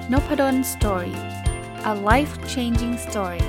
Nopadon Story. A life-changing story.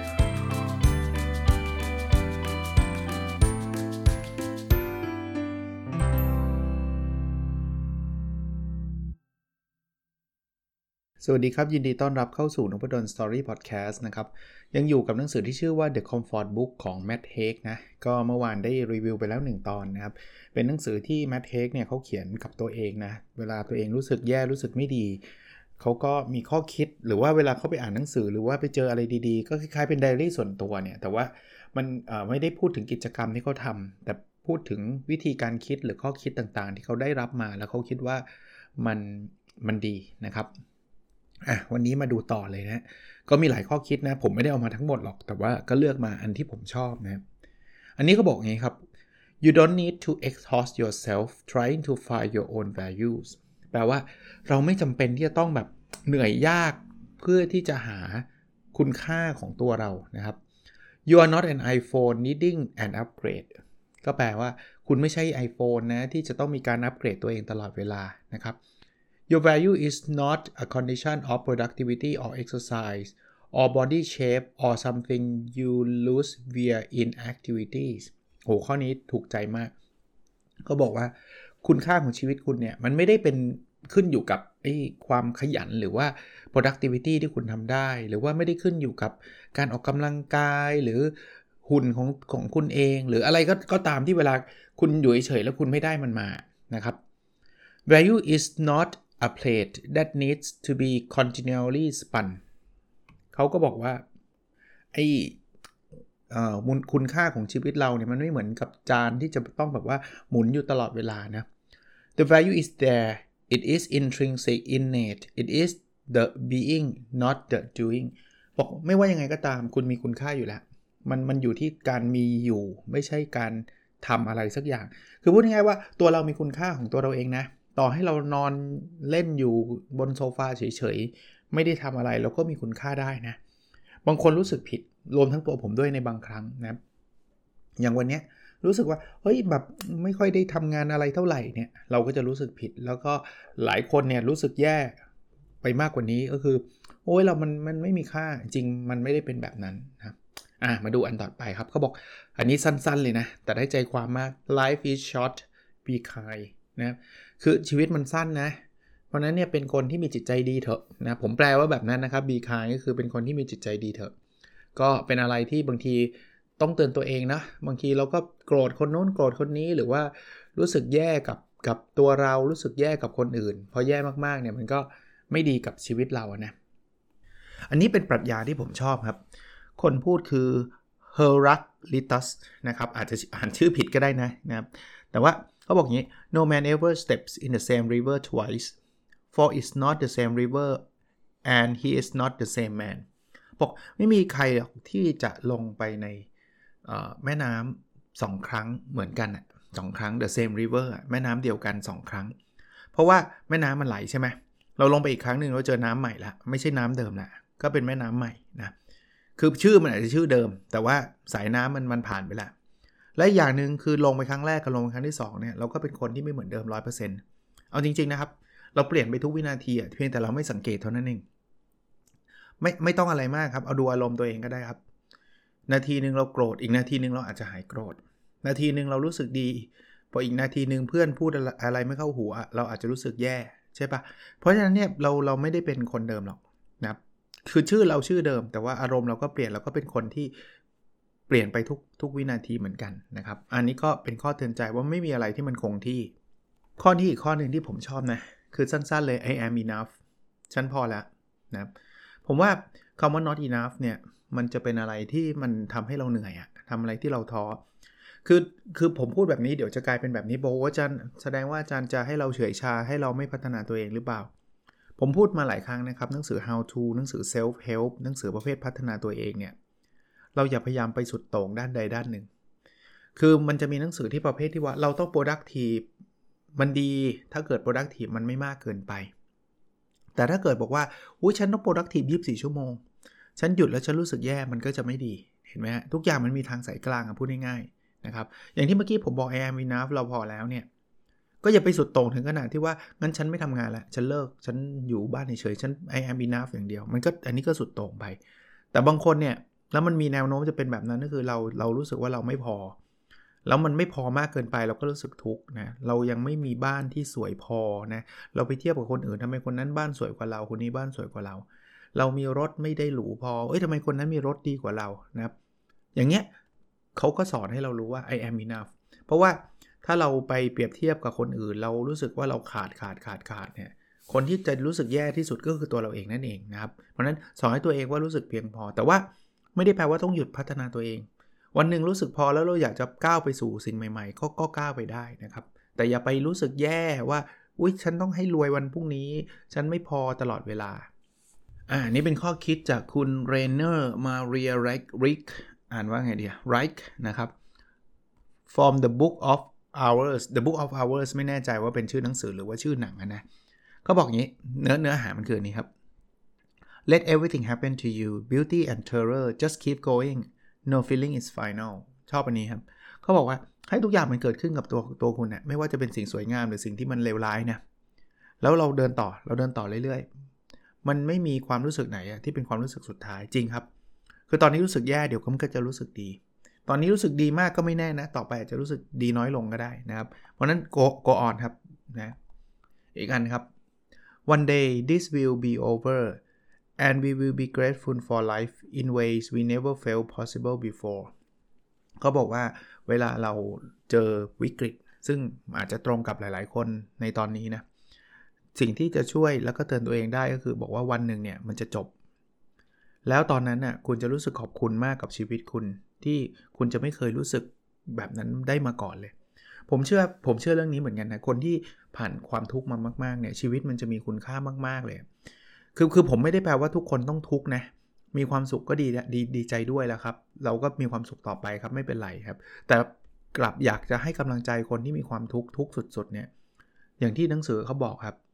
สวัสดีครับยินดีต้อนรับเข้าสู่ Nopadon Story Podcast นะครับยังอยู่กับหนังสือที่ชื่อว่า The Comfort Book ของ Matt Haig นะก็เมื่อวานได้รีวิวไปแล้ว1ตอนนะครับเป็นหนังสือที่ Matt Haig เนี่ยเขาเขียนกับตัวเองนะเวลาตัวเองรู้สึกแย่รู้สึกไม่ดีเขาก็มีข้อคิดหรือว่าเวลาเขาไปอ่านหนังสือหรือว่าไปเจออะไรดีๆก็คล้ายๆเป็นไดอารี่ส่วนตัวเนี่ยแต่ว่ามันไม่ได้พูดถึงกิจกรรมที่เขาทำแต่พูดถึงวิธีการคิดหรือข้อคิดต่างๆที่เขาได้รับมาแล้วเขาคิดว่ามันดีนะครับวันนี้มาดูต่อเลยนะก็มีหลายข้อคิดนะผมไม่ได้เอามาทั้งหมดหรอกแต่ว่าก็เลือกมาอันที่ผมชอบนะอันนี้เขาบอกงี้ครับ you don't need to exhaust yourself trying to find your own values แปลว่าเราไม่จำเป็นที่จะต้องแบบเหนื่อยยากเพื่อที่จะหาคุณค่าของตัวเรานะครับ you are not an iPhone needing an upgrade ก็แปลว่าคุณไม่ใช่ iPhone นะที่จะต้องมีการอัปเกรดตัวเองตลอดเวลานะครับYour value is not a condition of productivity or exercise or body shape or something you lose via inactivities โหข้อนี้ถูกใจมากเขาบอกว่าคุณค่าของชีวิตคุณเนี่ยมันไม่ได้เป็นขึ้นอยู่กับความขยันหรือว่า productivity ที่คุณทำได้หรือว่าไม่ได้ขึ้นอยู่กับการออกกำลังกายหรือหุ่นของคุณเองหรืออะไรก็ตามที่เวลาคุณอยู่เฉยๆแล้วคุณไม่ได้มันมานะครับ Value is not a plate that needs to be continually spun เขาก็บอกว่าคุณค่าของชีวิตเราเนี่ยมันไม่เหมือนกับจานที่จะต้องแบบว่าหมุนอยู่ตลอดเวลานะ The value is there it is intrinsic innate it is the being not the doing บอกไม่ว่ายังไงก็ตามคุณมีคุณค่าอยู่แล้วมันอยู่ที่การมีอยู่ไม่ใช่การทำอะไรสักอย่างคือพูดง่ายๆว่าตัวเรามีคุณค่าของตัวเราเองนะต่อให้เรานอนเล่นอยู่บนโซฟาเฉยๆไม่ได้ทำอะไรเราก็มีคุณค่าได้นะบางคนรู้สึกผิดรวมทั้งตัวผมด้วยในบางครั้งนะอย่างวันนี้รู้สึกว่าเฮ้ยแบบไม่ค่อยได้ทำงานอะไรเท่าไหร่เนี่ยเราก็จะรู้สึกผิดแล้วก็หลายคนเนี่ยรู้สึกแย่ไปมากกว่านี้ก็คือโอ้ยมันไม่มีค่าจริงมันไม่ได้เป็นแบบนั้นนะมาดูอันต่อไปครับเขาบอกอันนี้สั้นๆเลยนะแต่ได้ใจความมาก life is short be kind นะคือชีวิตมันสั้นนะเพราะนั้นเนี่ยเป็นคนที่มีจิตใจดีเถอะนะผมแปลว่าแบบนั้นนะครับ be kind ก็คือเป็นคนที่มีจิตใจดีเถอะก็เป็นอะไรที่บางทีต้องเตือนตัวเองนะบางทีเราก็โกรธคนโน้นโกรธคนนี้หรือว่ารู้สึกแย่กับตัวเรารู้สึกแย่กับคนอื่นพอแย่มากๆเนี่ยมันก็ไม่ดีกับชีวิตเรานะอันนี้เป็นปรัชญาที่ผมชอบครับคนพูดคือ Heraclitus นะครับอาจจะอ่านชื่อผิดก็ได้นะครับแต่ว่าเขาบอกอย่างนี้ No man ever steps in the same river twice for it's not the same river and he is not the same man บอกไม่มีใครหรอกที่จะลงไปในแม่น้ำ2ครั้งเหมือนกัน2ครั้ง the same river แม่น้ำเดียวกัน2ครั้งเพราะว่าแม่น้ำมันไหลใช่ไหมเราลงไปอีกครั้งนึงเราเจอน้ำใหม่ละไม่ใช่น้ำเดิมละก็เป็นแม่น้ำใหม่นะคือชื่อมันอาจจะชื่อเดิมแต่ว่าสายน้ำมันผ่านไปแล้วและอย่างนึงคือลงไปครั้งแรกกับลงไปครั้งที่2เนี่ยเราก็เป็นคนที่ไม่เหมือนเดิม 100% เอาจริงๆนะครับเราเปลี่ยนไปทุกวินาทีเพียงแต่เราไม่สังเกตเท่านั้นเองไม่ต้องอะไรมากครับเอาดูอารมณ์ตัวเองก็ได้ครับนาทีนึงเราโกรธอีกนาทีนึงเราอาจจะหายโกรธนาทีนึงเรารู้สึกดีพออีกนาทีนึงเพื่อนพูดอะไรไม่เข้าหูเราอาจจะรู้สึกแย่ใช่ปะเพราะฉะนั้นเนี่ยเราไม่ได้เป็นคนเดิมหรอกนะครับคือชื่อเราชื่อเดิมแต่ว่าอารมณ์เราก็เปลี่ยนเราก็เป็นคนที่เปลี่ยนไปทุกวินาทีเหมือนกันนะครับอันนี้ก็เป็นข้อเตือนใจว่าไม่มีอะไรที่มันคงที่ข้อที่อีกข้อนึงที่ผมชอบนะคือสั้นๆเลย I am enough ฉันพอแล้วนะครับผมว่าคำว่า not enough เนี่ยมันจะเป็นอะไรที่มันทำให้เราเหนื่อยทำอะไรที่เราท้อคือผมพูดแบบนี้เดี๋ยวจะกลายเป็นแบบนี้บอกว่าอาจารย์แสดงว่าอาจารย์จะให้เราเฉยชาให้เราไม่พัฒนาตัวเองหรือเปล่าผมพูดมาหลายครั้งนะครับหนังสือ how to หนังสือ self help หนังสือประเภทพัฒนาตัวเองเนี่ยเราอย่าพยายามไปสุดโต่งด้านใดด้านหนึ่งคือมันจะมีหนังสือที่ประเภทที่ว่าเราต้อง productive มันดีถ้าเกิด productive มันไม่มากเกินไปแต่ถ้าเกิดบอกว่าฉันต้อง productive 24 ชั่วโมงฉันหยุดแล้วฉันรู้สึกแย่มันก็จะไม่ดีเห็นไหมฮะทุกอย่างมันมีทางสายกลางพูดง่ายๆนะครับอย่างที่เมื่อกี้ผมบอก I am enough เราพอแล้วเนี่ยก็อย่าไปสุดโต่งถึงขนาดที่ว่างั้นฉันไม่ทำงานแล้วฉันเลิกฉันอยู่บ้านเฉยๆฉัน I am enough อย่างเดียวมันก็อันนี้ก็สุดโต่งไปแต่บางคนเนี่ยแล้วมันมีแนวโน้มจะเป็นแบบนั้นก็คือเรารู้สึกว่าเราไม่พอแล้วมันไม่พอมากเกินไปเราก็รู้สึกทุกข์นะเรายังไม่มีบ้านที่สวยพอนะเราไปเทียบกับคนอื่นทำไมคนนั้นบ้านสวยกว่าเราคนนี้บ้านสวยกว่าเรามีรถไม่ได้หรูพอทำไมคนนั้นมีรถดีกว่าเรานะครับอย่างเงี้ยเขาก็สอนให้เรารู้ว่า I am enough เพราะว่าถ้าเราไปเปรียบเทียบกับคนอื่นเรารู้สึกว่าเราขาดเนี่ยคนที่จะรู้สึกแย่ที่สุดก็คือตัวเราเองนั่นเองนะครับเพราะฉะนั้นสอนให้ตัวเองว่ารู้สึกเพียงพอแต่ว่าไม่ได้แปลว่าต้องหยุดพัฒนาตัวเองวันหนึ่งรู้สึกพอแล้วเราอยากจะก้าวไปสู่สิ่งใหม่ๆก็ก้าวไปได้นะครับแต่อย่าไปรู้สึกแย่ว่าอุ๊ยฉันต้องให้รวยวันพรุ่งนี้ฉันไม่พอตลอดเวลานี่เป็นข้อคิดจากคุณเรเนอร์มาเรียริกอ่านว่าไงดีไรค์นะครับ from the book of hours the book of hours ไม่แน่ใจว่าเป็นชื่อหนังสือหรือว่าชื่อหนังนะเขาบอกงี้เนื้อหามันคือนี้ครับ let everything happen to you beauty and terror just keep going no feeling is final ชอบอันนี้ครับเขาบอกว่าให้ทุกอย่างมันเกิดขึ้นกับตัวคุณนะไม่ว่าจะเป็นสิ่งสวยงามหรือสิ่งที่มันเลวร้ายนะแล้วเราเดินต่อเรื่อยๆมันไม่มีความรู้สึกไหนที่เป็นความรู้สึกสุดท้ายจริงครับคือตอนนี้รู้สึกแย่เดี๋ยวมันก็จะรู้สึกดีตอนนี้รู้สึกดีมากก็ไม่แน่นะต่อไปอาจจะรู้สึกดีน้อยลงก็ได้นะครับเพราะนั้น go on ครับนะอีกอันครับ one day this will be over and we will be grateful for life in ways we never felt possible before เขาบอกว่าเวลาเราเจอวิกฤตซึ่งอาจจะตรงกับหลายๆคนในตอนนี้นะสิ่งที่จะช่วยแล้วก็เตือนตัวเองได้ก็คือบอกว่าวันหนึ่งเนี่ยมันจะจบแล้วตอนนั้นน่ะคุณจะรู้สึกขอบคุณมากกับชีวิตคุณที่คุณจะไม่เคยรู้สึกแบบนั้นได้มาก่อนเลยผมเชื่อเรื่องนี้เหมือนกันนะคนที่ผ่านความทุกข์มามากๆเนี่ยชีวิตมันจะมีคุณค่ามากๆเลยคือผมไม่ได้แปลว่าทุกคนต้องทุกข์นะมีความสุขก็ดีใจด้วยแล้วครับเราก็มีความสุขต่อไปครับไม่เป็นไรครับแต่กลับอยากจะให้กำลังใจคนที่มีความทุกข์สุดๆเนี่ยอย่างที่หนังสือเขาบอกครับ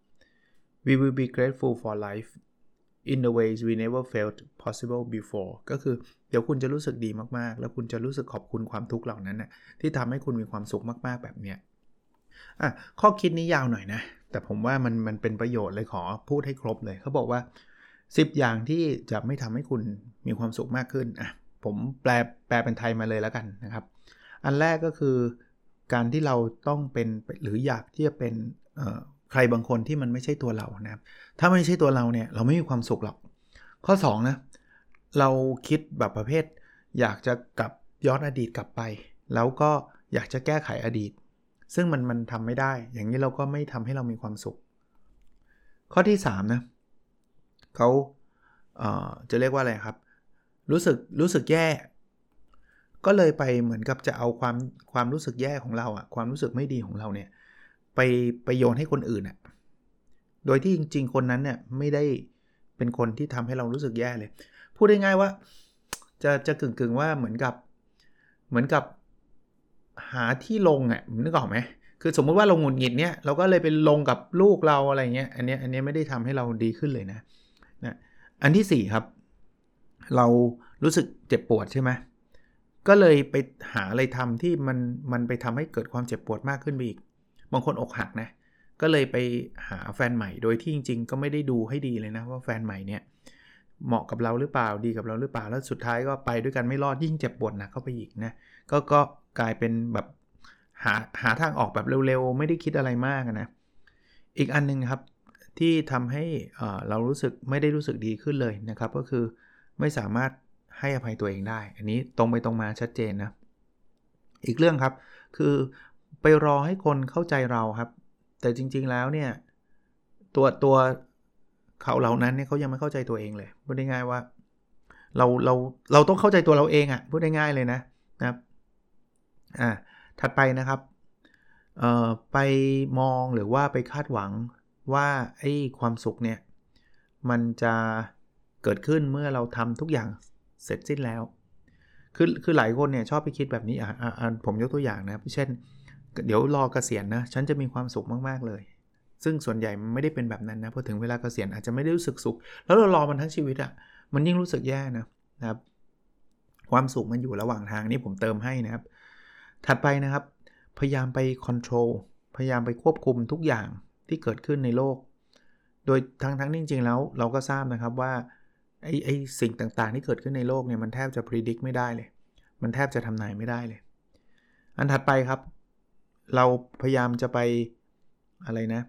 we will be grateful for life in the ways we never felt possible before ก็คือเดี๋ยวคุณจะรู้สึกดีมากๆแล้วคุณจะรู้สึกขอบคุณความทุกข์เหล่านั้นนะที่ทำให้คุณมีความสุขมากๆแบบเนี้ยข้อคิดนี้ยาวหน่อยนะแต่ผมว่ามันเป็นประโยชน์เลยขอพูดให้ครบเลยเขาบอกว่า10อย่างที่จะไม่ทำให้คุณมีความสุขมากขึ้นผมแปลเป็นไทยมาเลยแล้วกันนะครับอันแรกก็คือการที่เราต้องเป็นหรืออยากที่จะเป็นใครบางคนที่มันไม่ใช่ตัวเรานะครับถ้าไม่ใช่ตัวเราเนี่ยเราไม่มีความสุขหรอกข้อ2นะเราคิดแบบประเภทอยากจะกลับย้อนอดีตกลับไปแล้วก็อยากจะแก้ไขอดีตซึ่งมันทำไม่ได้อย่างนี้เราก็ไม่ทำให้เรามีความสุขข้อที่3นะเขาจะเรียกว่าอะไรครับรู้สึกแย่ก็เลยไปเหมือนกับจะเอาความรู้สึกแย่ของเราความรู้สึกไม่ดีของเราเนี่ยไปโยนให้คนอื่นโดยที่จริงๆคนนั้นเนี่ยไม่ได้เป็นคนที่ทำให้เรารู้สึกแย่เลยพูดได้ง่ายว่าจะกึ่งว่าเหมือนกับหาที่ลงนึกออกไหมคือสมมุติว่าเราหงุดหงิดเนี่ยเราก็เลยไปลงกับลูกเราอะไรเงี้ยอันนี้ไม่ได้ทำให้เราดีขึ้นเลยนะอันที่4ครับเรารู้สึกเจ็บปวดใช่ไหมก็เลยไปหาอะไรทำที่มันไปทำให้เกิดความเจ็บปวดมากขึ้นไปอีกบางคนอกหักนะก็เลยไปหาแฟนใหม่โดยที่จริงๆก็ไม่ได้ดูให้ดีเลยนะว่าแฟนใหม่เนี่ยเหมาะกับเราหรือเปล่าดีกับเราหรือเปล่าแล้วสุดท้ายก็ไปด้วยกันไม่รอดยิ่งเจ็บปวดหนักเข้าไปอีกนะก็กลายเป็นแบบหาทางออกแบบเร็วๆไม่ได้คิดอะไรมากนะอีกอันนึงครับที่ทำให้เราไม่ได้รู้สึกดีขึ้นเลยนะครับก็คือไม่สามารถให้อภัยตัวเองได้อันนี้ตรงไปตรงมาชัดเจนนะอีกเรื่องครับคือไปรอให้คนเข้าใจเราครับแต่จริงๆแล้วเนี่ยตัวเขาเหล่านั้นเนี่ยเขายังไม่เข้าใจตัวเองเลยพูดง่ายๆว่าเราต้องเข้าใจตัวเราเองพูดง่ายๆเลยนะครับถัดไปนะครับไปมองหรือว่าไปคาดหวังว่าไอ้ความสุขเนี่ยมันจะเกิดขึ้นเมื่อเราทำทุกอย่างเสร็จสิ้นแล้วคือหลายคนเนี่ยชอบไปคิดแบบนี้ผมยกตัวอย่างนะเช่นเดี๋ยวรอเกษียณนะฉันจะมีความสุขมากๆเลยซึ่งส่วนใหญ่มันไม่ได้เป็นแบบนั้นนะพอถึงเวลาเกษียณอาจจะไม่ได้รู้สึกสุขแล้วเรารอมันทั้งชีวิตมันยิ่งรู้สึกแย่นะครับความสุขมันอยู่ระหว่างทางนี่ผมเติมให้นะครับถัดไปนะครับพยายามไป control พยายามไปควบคุมทุกอย่างที่เกิดขึ้นในโลกโดยทั้งจริงๆแล้วเราก็ทราบนะครับว่าไอ้สิ่งต่างๆที่เกิดขึ้นในโลกเนี่ยมันแทบจะ predict ไม่ได้เลยมันแทบจะทำนายไม่ได้เลยอันถัดไปครับเราพยายามจะไปอะไรนะ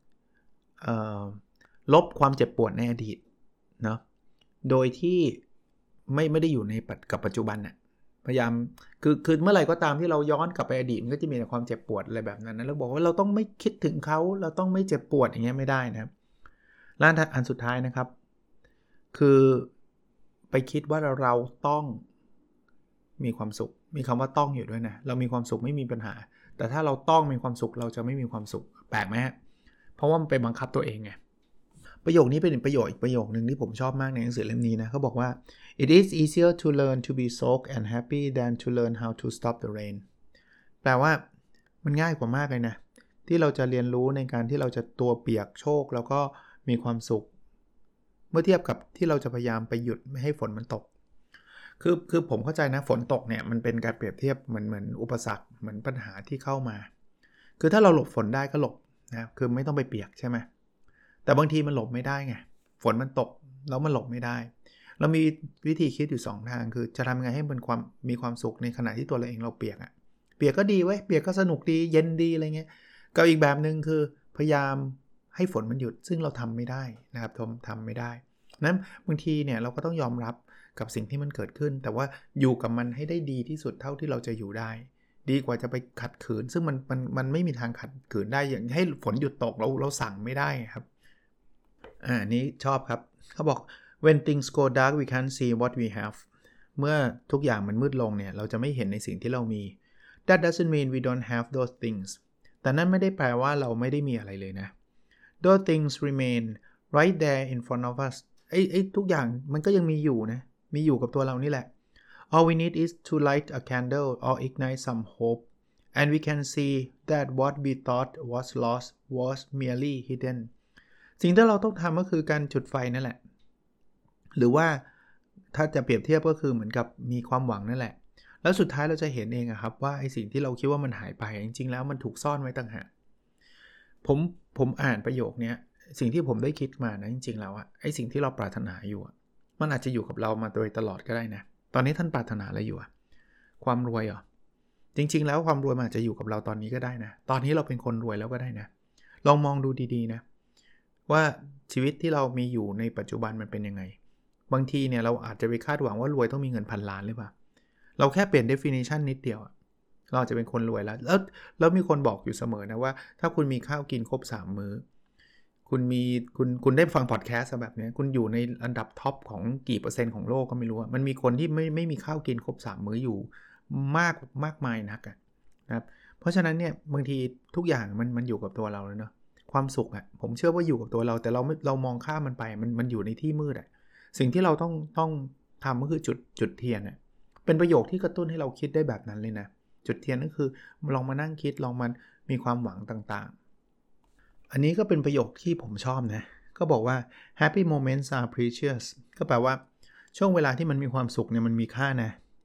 ลบความเจ็บปวดในอดีตเนาะโดยที่ไม่ได้อยู่ในกับปัจจุบันน่ะพยายามคือเมื่อไหร่ก็ตามที่เราย้อนกลับไปอดีตมันก็จะมีแต่ความเจ็บปวดอะไรแบบนั้นนะเราบอกว่าเราต้องไม่คิดถึงเขาเราต้องไม่เจ็บปวดอย่างเงี้ยไม่ได้นะครับและอันสุดท้ายนะครับคือไปคิดว่าเราต้องมีความสุขมีคำว่าต้องอยู่ด้วยนะเรามีความสุขไม่มีปัญหาแต่ถ้าเราต้องมีความสุขเราจะไม่มีความสุขแปลกไหมฮะเพราะว่ามันไปบังคับตัวเองไงประโยคนี้เป็นประโยคอีกประโยคนึงที่ผมชอบมากในหนังสือเล่มนี้นะเขาบอกว่า it is easier to learn to be soaked and happy than to learn how to stop the rain แปลว่ามันง่ายกว่ามากเลยนะที่เราจะเรียนรู้ในการที่เราจะตัวเปียกโชกแล้วก็มีความสุขเมื่อเทียบกับที่เราจะพยายามไปหยุดไม่ให้ฝนมันตกคือผมเข้าใจนะฝนตกเนี่ยมันเป็นการเปรียบเทียบเหมือนอุปสรรคเหมือนปัญหาที่เข้ามาคือถ้าเราหลบฝนได้ก็หลบนะคือไม่ต้องไปเปียกใช่ไหมแต่บางทีมันหลบไม่ได้ไงฝนมันตกแล้วมันหลบไม่ได้เรามีวิธีคิดอยู่2ทางคือจะทำยังไงให้มันมีความสุขในขณะที่ตัวเราเองเราเปียกเปียกก็ดีเว้ยเปียกก็สนุกดีเย็นดีอะไรเงี้ยกับอีกแบบนึงคือพยายามให้ฝนมันหยุดซึ่งเราทำไม่ได้นะครับทำไม่ได้นั้นบางทีเนี่ยเราก็ต้องยอมรับกับสิ่งที่มันเกิดขึ้นแต่ว่าอยู่กับมันให้ได้ดีที่สุดเท่าที่เราจะอยู่ได้ดีกว่าจะไปขัดขืนซึ่งมันไม่มีทางขัดขืนได้อย่างให้ฝนหยุดตกเราสั่งไม่ได้ครับนี้ชอบครับเขาบอก when things go dark we can't see what we have เมื่อทุกอย่างมันมืดลงเนี่ยเราจะไม่เห็นในสิ่งที่เรามี that doesn't mean we don't have those things แต่นั่นไม่ได้แปลว่าเราไม่ได้มีอะไรเลยนะ those things remain right there in front of us ไอ้ทุกอย่างมันก็ยังมีอยู่นะมีอยู่กับตัวเรานี่แหละ all we need is to light a candle or ignite some hope and we can see that what we thought was lost was merely hidden สิ่งที่เราต้องทำก็คือการจุดไฟนั่นแหละหรือว่าถ้าจะเปรียบเทียบก็คือเหมือนกับมีความหวังนั่นแหละแล้วสุดท้ายเราจะเห็นเองครับว่าไอ้สิ่งที่เราคิดว่ามันหายไปจริงๆแล้วมันถูกซ่อนไว้ต่างหากผมอ่านประโยคนี้สิ่งที่ผมได้คิดมานะจริงๆแล้วไอ้สิ่งที่เราปรารถนาอยู่มันอาจจะอยู่กับเรามาโดยตลอดก็ได้นะตอนนี้ท่านปรารถนาอะไรอยู่ความรวยเหรอจริงๆแล้วความรวยมันอาจจะอยู่กับเราตอนนี้ก็ได้นะตอนนี้เราเป็นคนรวยแล้วก็ได้นะลองมองดูดีๆนะว่าชีวิตที่เรามีอยู่ในปัจจุบันมันเป็นยังไงบางทีเนี่ยเราอาจจะไปคาดหวังว่ารวยต้องมีเงินพันล้านหรือเปล่าเราแค่เปลี่ยน definition นิดเดียวเราจะเป็นคนรวยแล้วมีคนบอกอยู่เสมอนะว่าถ้าคุณมีข้าวกินครบ3มื้อคุณได้ฟังพอดแคสต์แบบนี้คุณอยู่ในอันดับท็อปของกี่เปอร์เซ็นต์ของโลกก็ไม่รู้มันมีคนที่ไม่มีข้าวกินครบ3มื้ออยู่มากมายนักนะครับเพราะฉะนั้นเนี่ยบางทีทุกอย่างมันอยู่กับตัวเราเลยเนาะความสุขผมเชื่อว่าอยู่กับตัวเราแต่เรามองข้ามมันไปมันอยู่ในที่มืดสิ่งที่เราต้องทำก็คือจุดเทียนเป็นประโยคที่กระตุ้นให้เราคิดได้แบบนั้นเลยนะจุดเทียนก็คือลองมานั่งคิดลองมันมีความหวังต่างๆอันนี้ก็เป็นประโยคที่ผมชอบนะก็บอกว่า happy moments are precious ก็แปลว่าช่วงเวลาที่มันมีความสุขเนี่ยมันมีค่านะ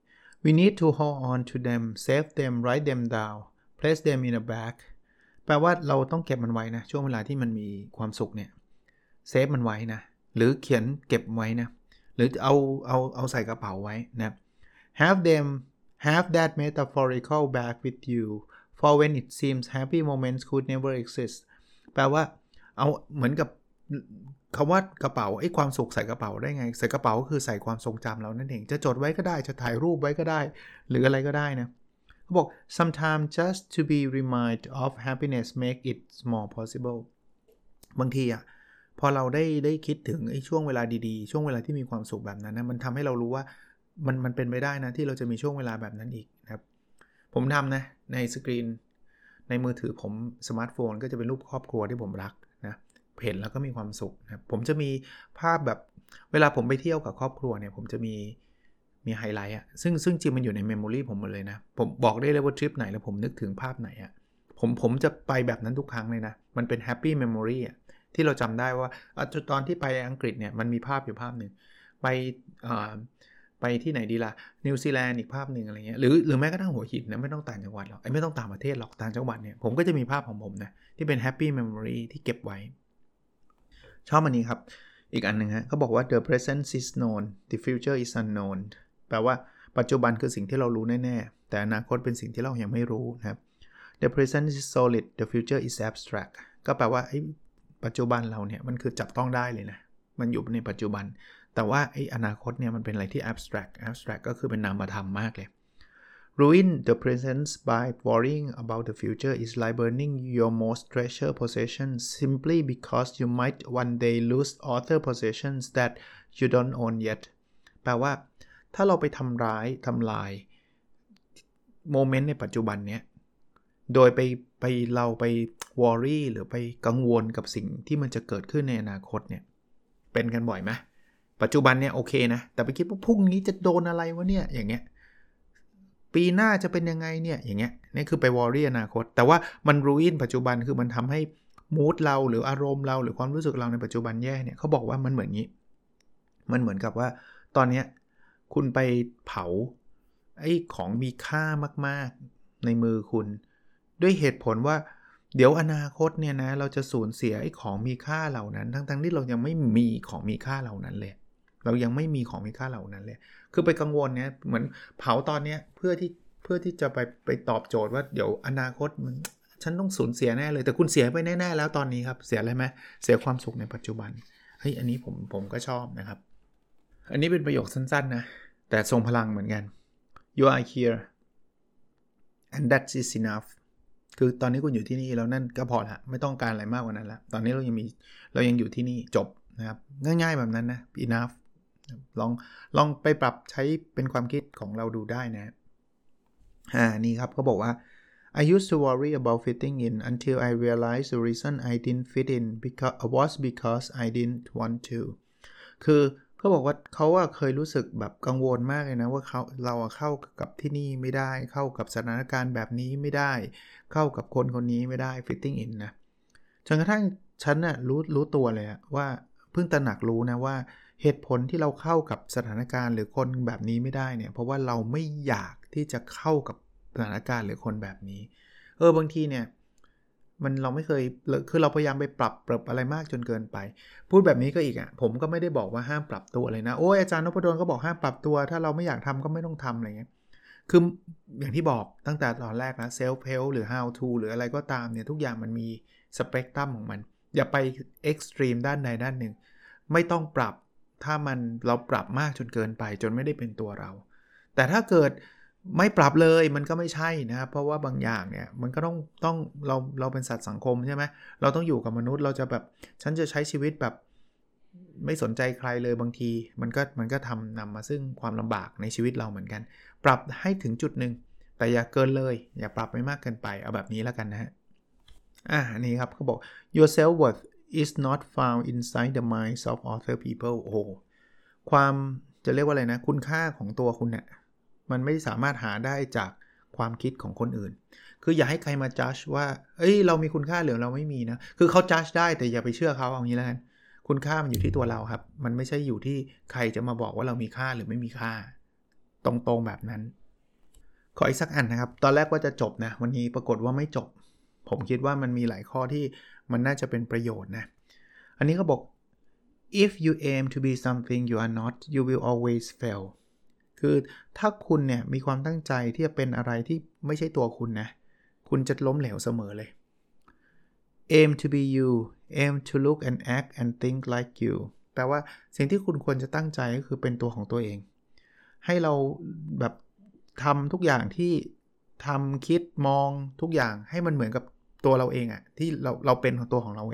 we need to hold on to them save them write them down place them in a bag แปลว่าเราต้องเก็บมันไว้นะช่วงเวลาที่มันมีความสุขเนี่ยเซฟมันไว้นะหรือเขียนเก็บไว้นะหรือเอาใส่กระเป๋าไว้นะ have that metaphorical bag with you for when it seems happy moments could never exist แปลว่าเอาเหมือนกับคำว่ากระเป๋าไอ้ความสุขใส่กระเป๋าได้ไงใส่กระเป๋าก็คือใส่ความทรงจำเรานั่นเองจะจดไว้ก็ได้จะถ่ายรูปไว้ก็ได้หรืออะไรก็ได้นะเขาบอก sometimes just to be reminded of happiness make it more possible บางทีพอเราได้คิดถึงไอ้ช่วงเวลาดีๆช่วงเวลาที่มีความสุขแบบนั้นนะมันทำให้เรารู้ว่ามันเป็นไปได้นะที่เราจะมีช่วงเวลาแบบนั้นอีกนะครับผมทำนะในสกรีนในมือถือผมสมาร์ทโฟนก็จะเป็นรูปครอบครัวที่ผมรักนะเห็นแล้วก็มีความสุขนะผมจะมีภาพแบบเวลาผมไปเที่ยวกับครอบครัวเนี่ยผมจะมีไฮไลท์ซึ่งจริงมันอยู่ในเมมโมรีผมหมดเลยนะผมบอกได้เลยว่าทริปไหนแล้วผมนึกถึงภาพไหนผมจะไปแบบนั้นทุกครั้งเลยนะมันเป็นแฮปปี้เมมโมรีที่เราจำได้ว่าตอนที่ไปอังกฤษเนี่ยมันมีภาพอยู่ภาพหนึ่งไปไปที่ไหนดีล่ะนิวซีแลนด์อีกภาพหนึ่งอะไรเงี้ยหรือแม้กระทั่งหัวหินนะไม่ต้องต่างจังหวัดหรอกไม่ต้องต่างประเทศหรอกต่างจังหวัดเนี่ยผมก็จะมีภาพของผมนะที่เป็น happy memory ที่เก็บไว้ชอบอันนี้ครับอีกอันนึงฮะเขาบอกว่า the present is known the future is unknown แปลว่าปัจจุบันคือสิ่งที่เรารู้แน่ๆแต่อนาคตเป็นสิ่งที่เรายังไม่รู้นะครับ the present is solid the future is abstract ก็แปลว่าปัจจุบันเราเนี่ยมันคือจับต้องได้เลยนะมันอยู่ในปัจจุบันแต่ว่าอนาคตเนี่ยมันเป็นอะไรที่ abstract ก็คือเป็นนามธรรมมากเลย ruin the present by worrying about the future is like burning your most treasured possessions simply because you might one day lose other possessions that you don't own yet แปลว่าถ้าเราไปทำลายโมเมนต์ในปัจจุบันเนี้ยโดยเราไป worry หรือไปกังวลกับสิ่งที่มันจะเกิดขึ้นในอนาคตเนี่ยเป็นกันบ่อยไหมปัจจุบันเนี่ยโอเคนะแต่ไปคิดว่าพรุ่งนี้จะโดนอะไรวะเนี่ยอย่างเงี้ยปีหน้าจะเป็นยังไงเนี่ยอย่างเงี้ยนี่คือไป worry อนาคตแต่ว่ามัน ruin ปัจจุบันคือมันทำให้ mood เราหรืออารมณ์เราหรือความรู้สึกเราในปัจจุบันแย่เนี่ยเขาบอกว่ามันเหมือนงี้มันเหมือนกับว่าตอนเนี้ยคุณไปเผาของมีค่ามากๆในมือคุณด้วยเหตุผลว่าเดี๋ยวอนาคตเนี่ยนะเราจะสูญเสียของมีค่าเหล่านั้นทั้งที่เรายังไม่มีของมีค่าเหล่านั้นเลยเรายังไม่มีของมีค่าเหล่านั้นเลยคือไปกังวลเนี่ยเหมือนเผาตอนเนี้ยเพื่อที่จะไปตอบโจทย์ว่าเดี๋ยวอนาคตมันฉันต้องสูญเสียแน่เลยแต่คุณเสียไปแน่ๆแล้วตอนนี้ครับเสียอะไรไหมเสียความสุขในปัจจุบันอันนี้ผมก็ชอบนะครับอันนี้เป็นประโยคสั้นๆนะแต่ทรงพลังเหมือนกัน you are here and that is enough คือตอนนี้คุณอยู่ที่นี่แล้วนั่นก็พอละไม่ต้องการอะไรมากกว่านั้นละตอนนี้เรายังอยู่ที่นี่จบนะครับง่ายๆแบบนั้นนะ enough ลองไปปรับใช้เป็นความคิดของเราดูได้นะนี่ครับเขาบอกว่า I used to worry about fitting in until I realized the reason I didn't fit in was because I didn't want to คือเขาบอกว่าเขาเคยรู้สึกแบบกังวลมากเลยนะว่าเราเข้ากับที่นี่ไม่ได้เข้ากับสถานการณ์แบบนี้ไม่ได้เข้ากับคนนี้ไม่ได้ fitting in นะจนกระทั่งฉันน่ะรู้ตัวเลยว่าเพิ่งตระหนักรู้นะว่าเหตุผลที่เราเข้ากับสถานการณ์หรือคนแบบนี้ไม่ได้เนี่ยเพราะว่าเราไม่อยากที่จะเข้ากับสถานการณ์หรือคนแบบนี้บางทีเนี่ยเราไม่เคยคือเราพยายามไปปรับอะไรมากจนเกินไปพูดแบบนี้ก็อีกผมก็ไม่ได้บอกว่าห้ามปรับตัวเลยนะโอ้ยอาจารย์นพดลก็บอกห้ามปรับตัวถ้าเราไม่อยากทำก็ไม่ต้องทำอะไรเงี้ยคืออย่างที่บอกตั้งแต่ตอนแรกนะ self help หรือ how to หรืออะไรก็ตามเนี่ยทุกอย่างมันมีสเปกตรัมของมันอย่าไป extreme ด้านใดด้านหนึ่งไม่ต้องปรับถ้าเราปรับมากจนเกินไปจนไม่ได้เป็นตัวเราแต่ถ้าเกิดไม่ปรับเลยมันก็ไม่ใช่นะครับเพราะว่าบางอย่างเนี่ยมันก็ต้องเราเป็นสัตว์สังคมใช่ไหมเราต้องอยู่กับมนุษย์เราจะแบบฉันจะใช้ชีวิตแบบไม่สนใจใครเลยบางทีมันก็นำมาซึ่งความลำบากในชีวิตเราเหมือนกันปรับให้ถึงจุดนึงแต่อย่าเกินเลยอย่าปรับไม่มากเกินไปเอาแบบนี้แล้วกันนะฮะนี่ครับเขาบอก your self worth is not found inside the minds of other people โอ้ความจะเรียกว่าอะไรนะคุณค่าของตัวคุณเนี่ยมันไม่สามารถหาได้จากความคิดของคนอื่นคืออย่าให้ใครมาจัดว่าเรามีคุณค่าหรือเราไม่มีนะคือเขาจัดได้แต่อย่าไปเชื่อเขาเอางี้แล้วกันคุณค่ามันอยู่ที่ตัวเราครับมันไม่ใช่อยู่ที่ใครจะมาบอกว่าเรามีค่าหรือไม่มีค่าตรงๆแบบนั้นขออีกสักอันนะครับตอนแรกว่าจะจบนะวันนี้ปรากฏว่าไม่จบผมคิดว่ามันมีหลายข้อที่มันน่าจะเป็นประโยชน์นะอันนี้เขาบอก if you aim to be something you are not you will always failคือถ้าคุณเนี่ยมีความตั้งใจที่จะเป็นอะไรที่ไม่ใช่ตัวคุณนะคุณจะล้มเหลวเสมอเลย aim to be you aim to look and act and think like you แปลว่าสิ่งที่คุณควรจะตั้งใจก็คือเป็นตัวของตัวเองให้เราแบบทำทุกอย่างที่ทำคิดมองทุกอย่างให้มันเหมือนกับตัวเราเองที่เราเป็นของตัวของเราเอง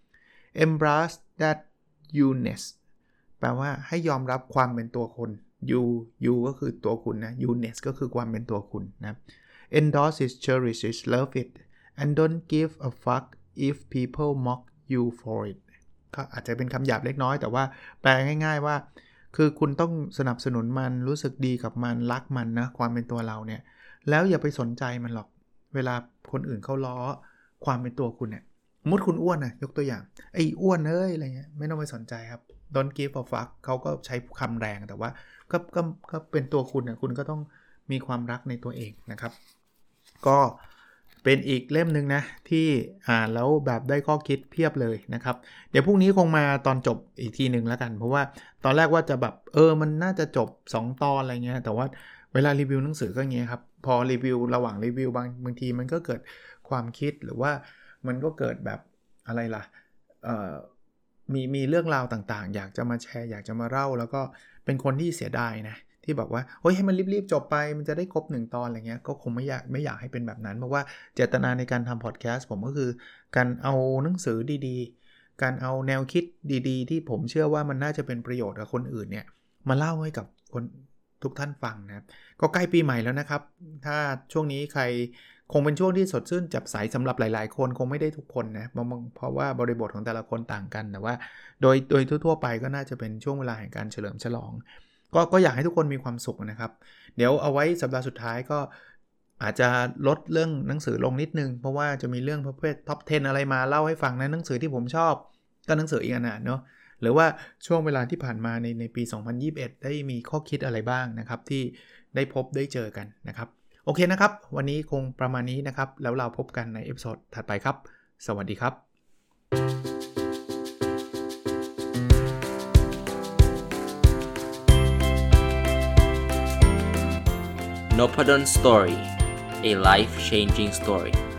embrace that you-ness แปลว่าให้ยอมรับความเป็นตัวคนyou ก็คือตัวคุณนะ you-ness ก็คือความเป็นตัวคุณนะ endorse it cherish it love it and don't give a fuck if people mock you for it ก็อาจจะเป็นคำหยาบเล็กน้อยแต่ว่าแปลง่ายๆว่าคือคุณต้องสนับสนุนมันรู้สึกดีกับมันรักมันนะความเป็นตัวเราเนี่ยแล้วอย่าไปสนใจมันหรอกเวลาคนอื่นเขาล้อความเป็นตัวคุณเนี่ยมุดคุณอ้วนนะยกตัวอย่างไอ้อ้วนอะไรเงี้ยไม่ต้องไปสนใจครับ don't give a fuck เขาก็ใช้คำแรงแต่ว่าก็เป็นตัวคุณนะคุณก็ต้องมีความรักในตัวเองนะครับก็เป็นอีกเล่มนึงนะที่อ่านแล้วแบบได้ข้อคิดเพียบเลยนะครับเดี๋ยวพรุ่งนี้คงมาตอนจบอีกทีนึงแล้วกันเพราะว่าตอนแรกว่าจะแบบมันน่าจะจบ2ตอนอะไรเงี้ยแต่ว่าเวลารีวิวหนังสือก็อย่างเงี้ยครับพอรีวิวระหว่างรีวิวบางทีมันก็เกิดความคิดหรือว่ามันก็เกิดแบบอะไรล่ะมีเรื่องราวต่างๆอยากจะมาแชร์อยากจะมาเล่าแล้วก็เป็นคนที่เสียดายนะที่บอกว่าเฮ้ยให้มันรีบๆจบไปมันจะได้ครบ1ตอนอะไรเงี้ยก็คงไม่อยากให้เป็นแบบนั้นเพราะว่าเจตนาในการทำพอดแคสต์ผมก็คือการเอาหนังสือดีๆการเอาแนวคิดดีๆที่ผมเชื่อว่ามันน่าจะเป็นประโยชน์กับคนอื่นเนี่ยมาเล่าให้กับคนทุกท่านฟังนะครับก็ใกล้ปีใหม่แล้วนะครับถ้าช่วงนี้ใครคงเป็นช่วงที่สดชื่นแจ่มใสสำหรับหลายๆคนคงไม่ได้ทุกคนนะเพราะว่าบริบทของแต่ละคนต่างกันแต่ว่าโดยทั่วๆไปก็น่าจะเป็นช่วงเวลาแห่งการเฉลิมฉลองก็อยากให้ทุกคนมีความสุขนะครับเดี๋ยวเอาไว้สัปดาห์สุดท้ายก็อาจจะลดเรื่องหนังสือลงนิดนึงเพราะว่าจะมีเรื่องประเภทท็อป 10 อะไรมาเล่าให้ฟังนะหนังสือที่ผมชอบก็หนังสืออีกอันเนาะหรือว่าช่วงเวลาที่ผ่านมาในปี2021ได้มีข้อคิดอะไรบ้างนะครับที่ได้พบได้เจอกันนะครับโอเคนะครับวันนี้คงประมาณนี้นะครับแล้วเราพบกันในเอพิโซดถัดไปครับสวัสดีครับ Nopadon Story, a life-changing story.